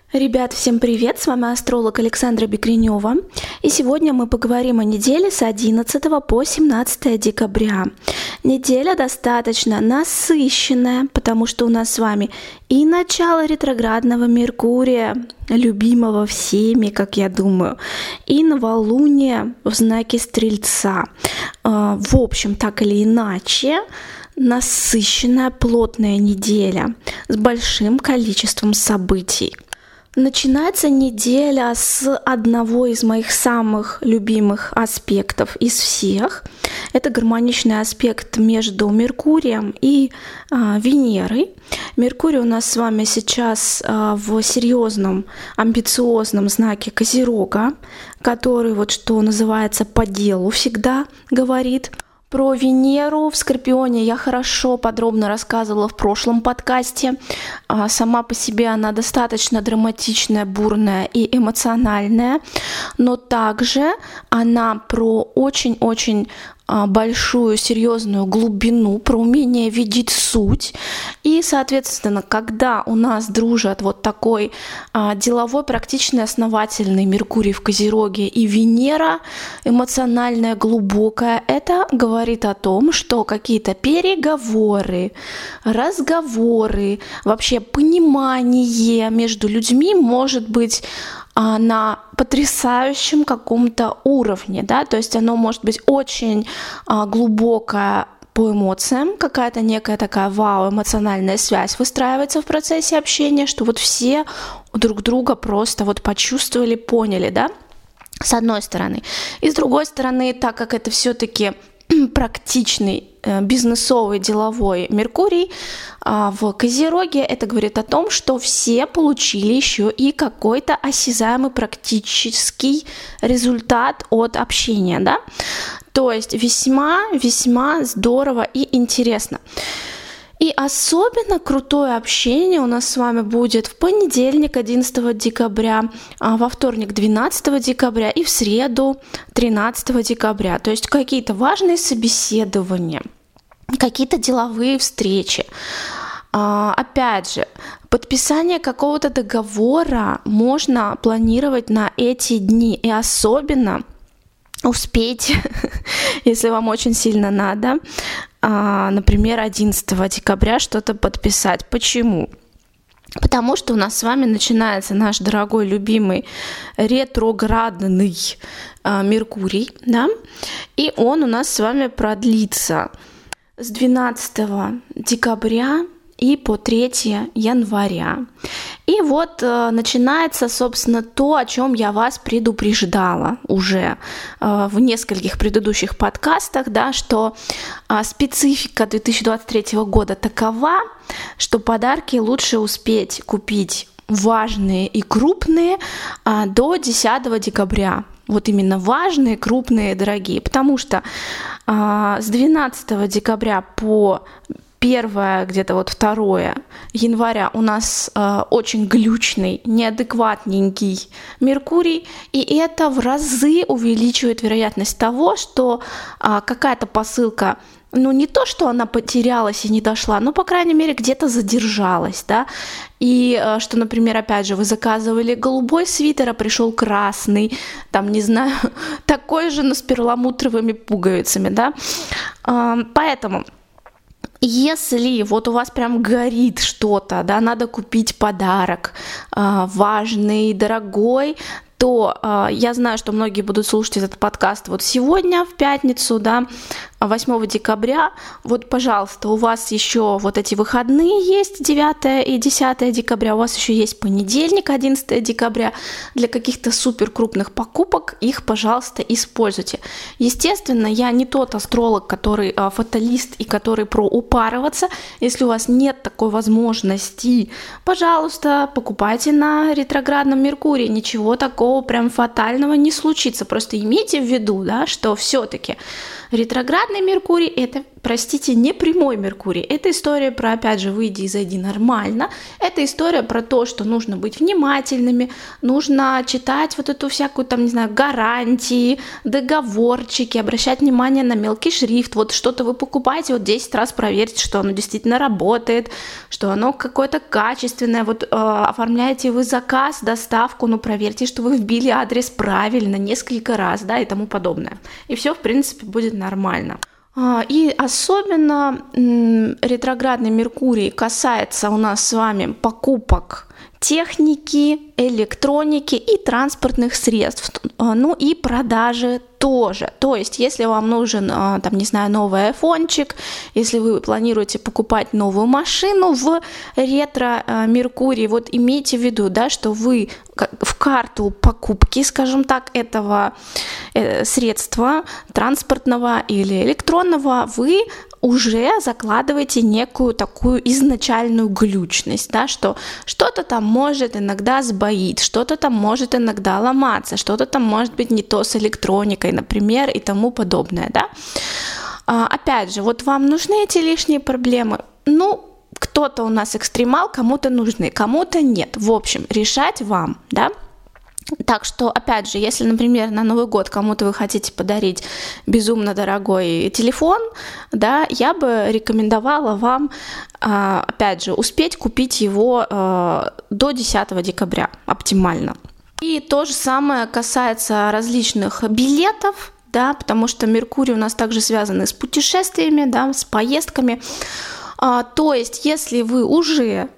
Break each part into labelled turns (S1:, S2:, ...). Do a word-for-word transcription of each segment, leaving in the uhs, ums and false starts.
S1: Ребят, всем привет! С вами астролог Александра Бекренева. И сегодня мы поговорим о неделе с одиннадцатого по семнадцатое декабря. Неделя достаточно насыщенная, потому что у нас с вами и начало ретроградного Меркурия, любимого всеми, как я думаю, и новолуние в знаке Стрельца. В общем, так или иначе, насыщенная, плотная неделя с большим количеством событий. Начинается неделя с одного из моих самых любимых аспектов из всех. Это гармоничный аспект между Меркурием и а, Венерой. Меркурий у нас с вами сейчас а, в серьезном, амбициозном знаке Козерога, который, вот что называется, по делу всегда говорит. Про Венеру в Скорпионе я хорошо, подробно рассказывала в прошлом подкасте. Сама по себе она достаточно драматичная, бурная и эмоциональная, но также она про очень-очень большую, серьезную глубину, про умение видеть суть. И, соответственно, когда у нас дружат вот такой а, деловой, практичный, основательный Меркурий в Козероге и Венера, эмоциональная, глубокая, это говорит о том, что какие-то переговоры, разговоры, вообще понимание между людьми может быть на потрясающем каком-то уровне, да, то есть оно может быть очень а, глубокое по эмоциям, какая-то некая такая вау, эмоциональная связь выстраивается в процессе общения, что вот все друг друга просто вот почувствовали, поняли, да, с одной стороны. И с другой стороны, так как это все-таки практичный бизнесовый, деловой Меркурий в Козероге, это говорит о том, что все получили еще и какой-то осязаемый практический результат от общения, да? То есть весьма-весьма здорово и интересно. И особенно крутое общение у нас с вами будет в понедельник, одиннадцатого декабря, во вторник, двенадцатого декабря и в среду, тринадцатого декабря. То есть какие-то важные собеседования, какие-то деловые встречи. Опять же, подписание какого-то договора можно планировать на эти дни. И особенно успеть, если вам очень сильно надо, например, одиннадцатого декабря что-то подписать. Почему? Потому что у нас с вами начинается наш дорогой, любимый ретроградный Меркурий, да? И он у нас с вами продлится с двенадцатого декабря и по третьего января. И вот э, начинается, собственно, то, о чем я вас предупреждала уже э, в нескольких предыдущих подкастах, да, что э, специфика две тысячи двадцать третьего года такова, что подарки лучше успеть купить важные и крупные э, до десятого декабря. Вот именно важные, крупные, дорогие, потому что э, с двенадцатого декабря по первое, где-то вот второе января у нас э, очень глючный, неадекватненький Меркурий, и это в разы увеличивает вероятность того, что э, какая-то посылка, ну не то, что она потерялась и не дошла, но, по крайней мере, где-то задержалась, да, и э, что, например, опять же, вы заказывали голубой свитер, а пришел красный, там, не знаю, такой же, но с перламутровыми пуговицами, да, э, поэтому... Если вот у вас прям горит что-то, да, надо купить подарок э, важный, дорогой, то э, я знаю, что многие будут слушать этот подкаст вот сегодня, в пятницу, да, восьмого декабря. Вот, пожалуйста, у вас еще вот эти выходные есть, девятое и десятое декабря, у вас еще есть понедельник, одиннадцатое декабря, для каких-то супер крупных покупок, их, пожалуйста, используйте. Естественно, я не тот астролог, который э, фаталист и который про упарываться. Если у вас нет такой возможности, пожалуйста, покупайте на ретроградном Меркурии, ничего такого прям фатального не случится. Просто имейте в виду, да, что все-таки ретроградный Меркурий — это простите, не прямой Меркурий. Это история про, опять же, выйди и зайди нормально. Это история про то, что нужно быть внимательными, нужно читать вот эту всякую, там, не знаю, гарантии, договорчики, обращать внимание на мелкий шрифт. Вот что-то вы покупаете, вот десять раз проверьте, что оно действительно работает, что оно какое-то качественное. Вот э, оформляете вы заказ, доставку, ну, проверьте, что вы вбили адрес правильно несколько раз, да, и тому подобное. И все, в принципе, будет нормально. И особенно ретроградный Меркурий касается у нас с вами покупок техники, электроники и транспортных средств, ну и продажи тоже. То есть, если вам нужен, там, не знаю, новый айфончик, если вы планируете покупать новую машину в ретро-меркурий, вот имейте в виду, да, что вы в карту покупки, скажем так, этого средства транспортного или электронного вы уже закладываете некую такую изначальную глючность, да, что что-то там может иногда сбоить, что-то там может иногда ломаться, что-то там может быть не то с электроникой, например, и тому подобное, да. А, опять же, вот вам нужны эти лишние проблемы? Ну, кто-то у нас экстремал, кому-то нужны, кому-то нет. В общем, решать вам, да. Так что, опять же, если, например, на Новый год кому-то вы хотите подарить безумно дорогой телефон, да, я бы рекомендовала вам, опять же, успеть купить его до десятого декабря оптимально. И то же самое касается различных билетов, да, потому что Меркурий у нас также связан с путешествиями, да, с поездками. То есть, если вы уже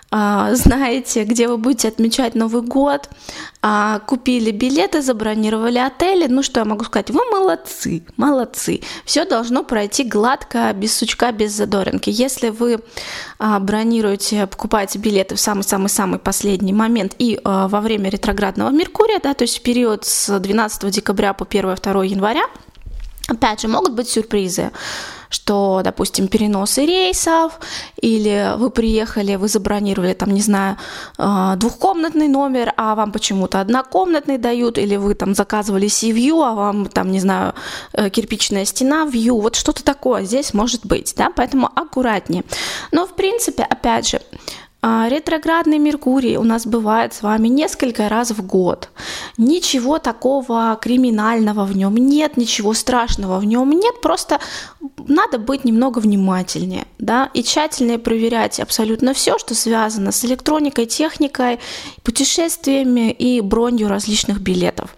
S1: знаете, где вы будете отмечать Новый год, купили билеты, забронировали отели, ну что я могу сказать, вы молодцы, молодцы. Все должно пройти гладко, без сучка, без задоринки. Если вы бронируете, покупаете билеты в самый-самый-самый последний момент и во время ретроградного Меркурия, да, то есть в период с двенадцатого декабря по первое-второе января, опять же, могут быть сюрпризы, что, допустим, переносы рейсов, или вы приехали, вы забронировали, там, не знаю, двухкомнатный номер, а вам почему-то однокомнатный дают, или вы там заказывали си-вью, а вам, там, не знаю, кирпичная стена вью, вот что-то такое здесь может быть, да, поэтому аккуратнее. Но, в принципе, опять же, ретроградный Меркурий у нас бывает с вами несколько раз в год. Ничего такого криминального в нем нет, ничего страшного в нем нет, просто надо быть немного внимательнее, да, и тщательнее проверять абсолютно все, что связано с электроникой, техникой, путешествиями и бронью различных билетов.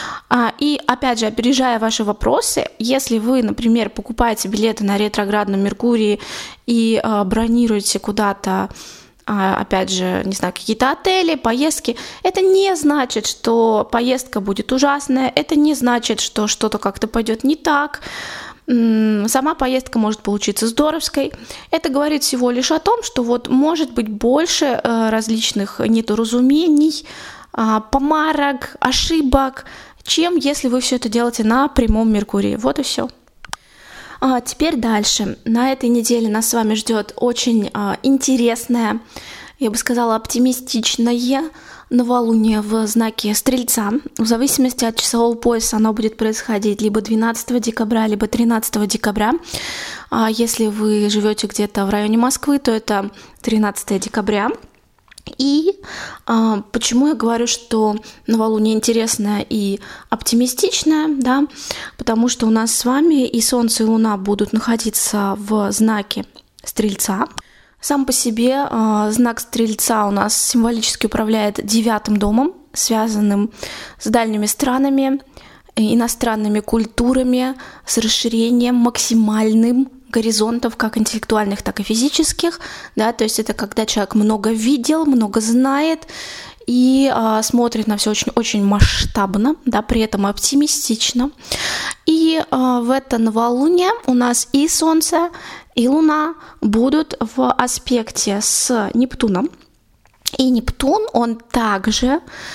S1: И, опять же, опережая ваши вопросы, если вы, например, покупаете билеты на ретроградном Меркурии и бронируете куда-то, опять же, не знаю, какие-то отели, поездки, это не значит, что поездка будет ужасная, это не значит, что что-то как-то пойдет не так. Сама поездка может получиться здоровской. Это говорит всего лишь о том, что вот может быть больше различных недоразумений, помарок, ошибок, чем если вы все это делаете на прямом Меркурии. Вот и все. А теперь дальше. На этой неделе нас с вами ждет очень а, интересное, я бы сказала, оптимистичное новолуние в знаке Стрельца. В зависимости от часового пояса оно будет происходить либо двенадцатого декабря, либо тринадцатого декабря. А если вы живете где-то в районе Москвы, то это тринадцатого декабря. И а, почему я говорю, что новолуние интересное и оптимистичное, да, потому что у нас с вами и Солнце, и Луна будут находиться в знаке Стрельца. Сам по себе а, знак Стрельца у нас символически управляет девятым домом, связанным с дальними странами, иностранными культурами, с расширением максимальным горизонтов, как интеллектуальных, так и физических, да, то есть это когда человек много видел, много знает и а, смотрит на все очень, очень масштабно, да, при этом оптимистично. И а, в это новолуние у нас и Солнце, и Луна будут в аспекте с Нептуном. И Нептун, он также,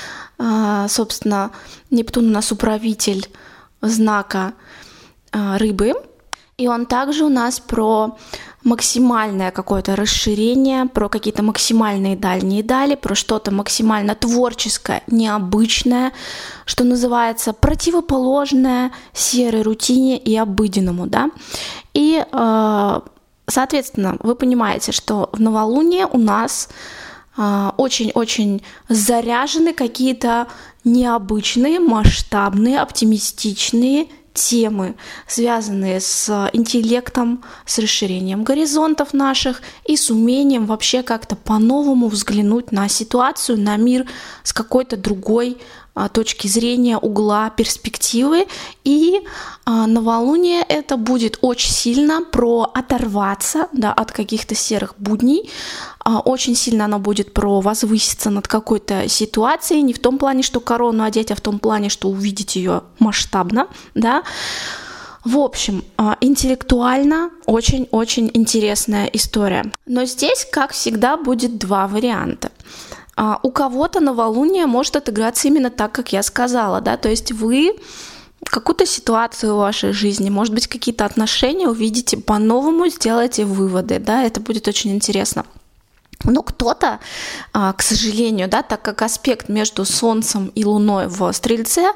S1: а, собственно, Нептун у нас управитель знака а, Рыбы. И он также у нас про максимальное какое-то расширение, про какие-то максимальные дальние дали, про что-то максимально творческое, необычное, что называется противоположное серой рутине и обыденному, да. И, соответственно, вы понимаете, что в новолуние у нас очень-очень заряжены какие-то необычные, масштабные, оптимистичные темы, связанные с интеллектом, с расширением горизонтов наших и с умением вообще как-то по-новому взглянуть на ситуацию, на мир с какой-то другой а, точки зрения, угла, перспективы. И а, новолуние это будет очень сильно про оторваться, да, от каких-то серых будней. А, очень сильно оно будет про возвыситься над какой-то ситуацией, не в том плане, что корону одеть, а в том плане, что увидеть ее масштабно, да. В общем, интеллектуально очень-очень интересная история. Но здесь, как всегда, будет два варианта. У кого-то новолуние может отыграться именно так, как я сказала, да, то есть вы какую-то ситуацию в вашей жизни, может быть, какие-то отношения увидите по-новому, сделаете выводы, да, это будет очень интересно. Но кто-то, к сожалению, да, так как аспект между Солнцем и Луной в Стрельце,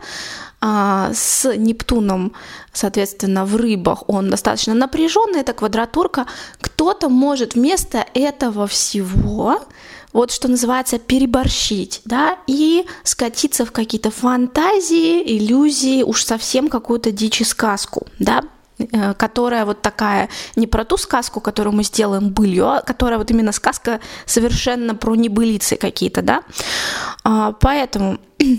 S1: с Нептуном, соответственно, в Рыбах, он достаточно напряженный, это квадратурка, кто-то может вместо этого всего, вот что называется, переборщить, да, и скатиться в какие-то фантазии, иллюзии, уж совсем какую-то дичь и сказку, да, которая вот такая, не про ту сказку, которую мы сделаем былью, а которая вот именно сказка совершенно про небылицы какие-то, да, поэтому...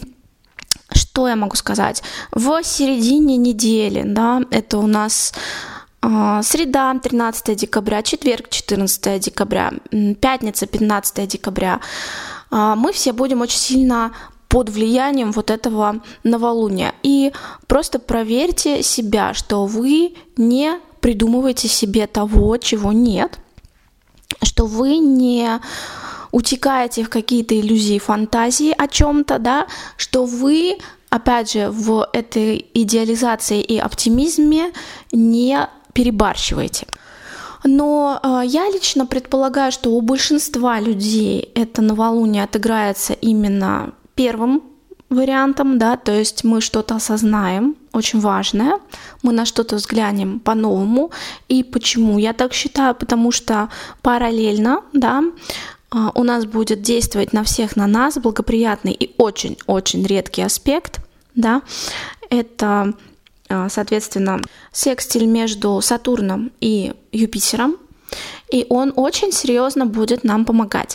S1: Что я могу сказать? В середине недели, да, это у нас э, среда, тринадцатое декабря, четверг, четырнадцатое декабря, пятница, пятнадцатое декабря, э, мы все будем очень сильно под влиянием вот этого новолуния. И просто проверьте себя, что вы не придумываете себе того, чего нет, что вы не... утекаете в какие-то иллюзии, фантазии о чем-то, да, что вы, опять же, в этой идеализации и оптимизме не перебарщиваете. Но э, я лично предполагаю, что у большинства людей это новолуние отыграется именно первым вариантом, да, то есть мы что-то осознаем, очень важное, мы на что-то взглянем по-новому. И почему я так считаю? Потому что параллельно, да, у нас будет действовать на всех на нас благоприятный и очень-очень редкий аспект, да, это, соответственно, секстиль между Сатурном и Юпитером, и он очень серьезно будет нам помогать.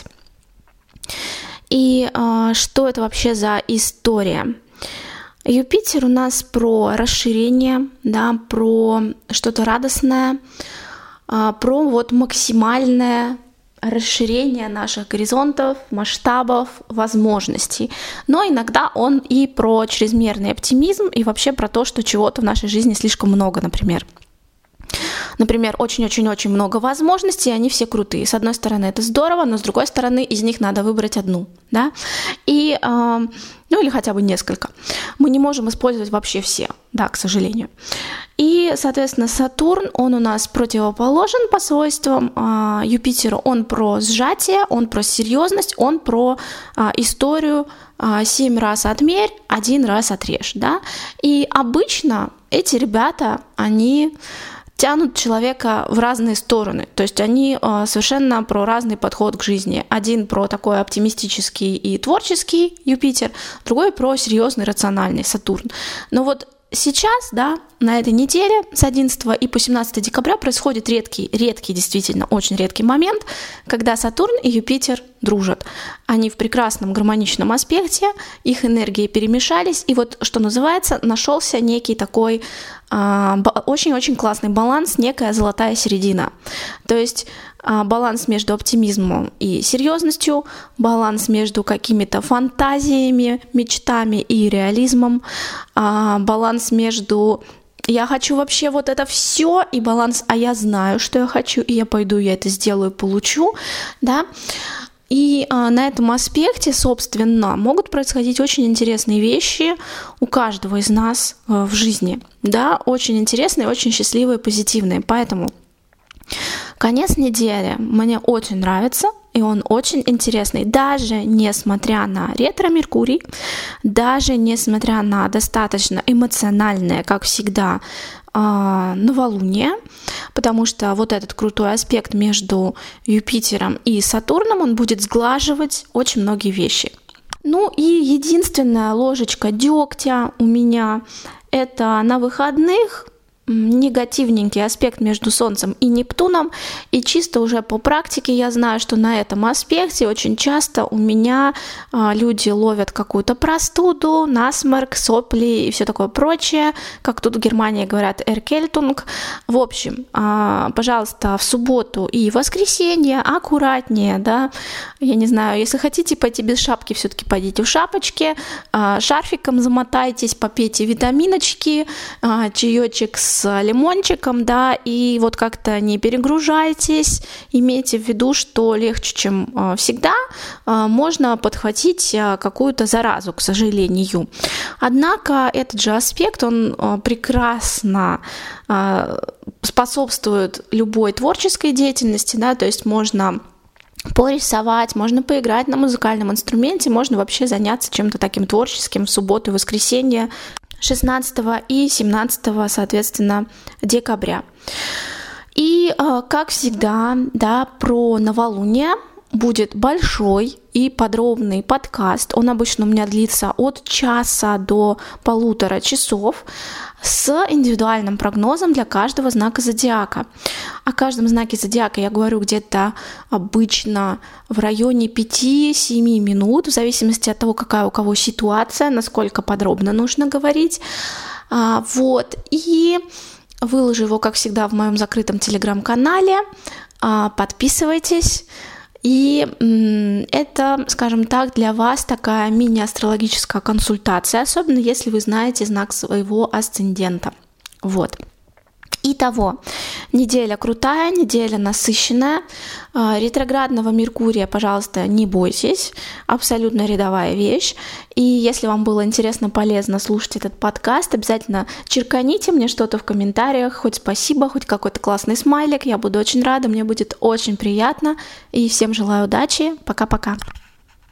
S1: И что это вообще за история? Юпитер у нас про расширение, да, про что-то радостное, про вот максимальное расширение наших горизонтов, масштабов, возможностей. Но иногда он и про чрезмерный оптимизм, и вообще про то, что чего-то в нашей жизни слишком много, например. Например, очень-очень-очень много возможностей, и они все крутые. С одной стороны, это здорово, но с другой стороны, из них надо выбрать одну, да, и, э, ну или хотя бы несколько. Мы не можем использовать вообще все, да, к сожалению. И, соответственно, Сатурн, он у нас противоположен по свойствам э, Юпитеру, он про сжатие, он про серьезность, он про э, историю э, семь раз отмерь, один раз отрежь, да, и обычно эти ребята, они... тянут человека в разные стороны, то есть они э, совершенно про разный подход к жизни. Один про такой оптимистический и творческий Юпитер, другой про серьезный, рациональный Сатурн. Но вот сейчас, да, на этой неделе с одиннадцатого и по семнадцатое декабря происходит редкий, редкий, действительно очень редкий момент, когда Сатурн и Юпитер дружат. Они в прекрасном гармоничном аспекте, их энергии перемешались, и вот, что называется, нашелся некий такой а, очень-очень классный баланс, некая золотая середина. То есть а, баланс между оптимизмом и серьезностью, баланс между какими-то фантазиями, мечтами и реализмом, а, баланс между я хочу вообще вот это все, и баланс, а я знаю, что я хочу, и я пойду, я это сделаю, получу, да. И а, на этом аспекте, собственно, могут происходить очень интересные вещи у каждого из нас а, в жизни. Да, очень интересные, очень счастливые, позитивные. Поэтому конец недели мне очень нравится, и он очень интересный. Даже несмотря на ретро-Меркурий, даже несмотря на достаточно эмоциональное, как всегда, новолуние, потому что вот этот крутой аспект между Юпитером и Сатурном, он будет сглаживать очень многие вещи. Ну и единственная ложечка дегтя у меня — это на выходных негативненький аспект между Солнцем и Нептуном, и чисто уже по практике я знаю, что на этом аспекте очень часто у меня а, люди ловят какую-то простуду, насморк, сопли и все такое прочее, как тут в Германии говорят «эркельтунг». В общем, а, пожалуйста, в субботу и воскресенье аккуратнее, да, я не знаю, если хотите пойти без шапки, все-таки пойдите в шапочке, а, шарфиком замотайтесь, попейте витаминочки, а, чаечек с с лимончиком, да, и вот как-то не перегружайтесь, имейте в виду, что легче, чем э, всегда, э, можно подхватить э, какую-то заразу, к сожалению. Однако этот же аспект, он э, прекрасно э, способствует любой творческой деятельности, да, то есть можно порисовать, можно поиграть на музыкальном инструменте, можно вообще заняться чем-то таким творческим в субботу и воскресенье, шестнадцатого и семнадцатого, соответственно, декабря. И, как всегда, да, про новолуние будет большой и подробный подкаст. Он обычно у меня длится от часа до полутора часов с индивидуальным прогнозом для каждого знака зодиака. О каждом знаке зодиака я говорю где-то обычно в районе пяти-семи минут, в зависимости от того, какая у кого ситуация, насколько подробно нужно говорить. Вот. И выложу его, как всегда, в моем закрытом телеграм-канале. Подписывайтесь. И это, скажем так, для вас такая мини-астрологическая консультация, особенно если вы знаете знак своего асцендента. Вот. Итого, неделя крутая, неделя насыщенная. Ретроградного Меркурия, пожалуйста, не бойтесь. Абсолютно рядовая вещь. И если вам было интересно, полезно слушать этот подкаст, обязательно черканите мне что-то в комментариях. Хоть спасибо, хоть какой-то классный смайлик. Я буду очень рада, мне будет очень приятно. И всем желаю удачи. Пока-пока.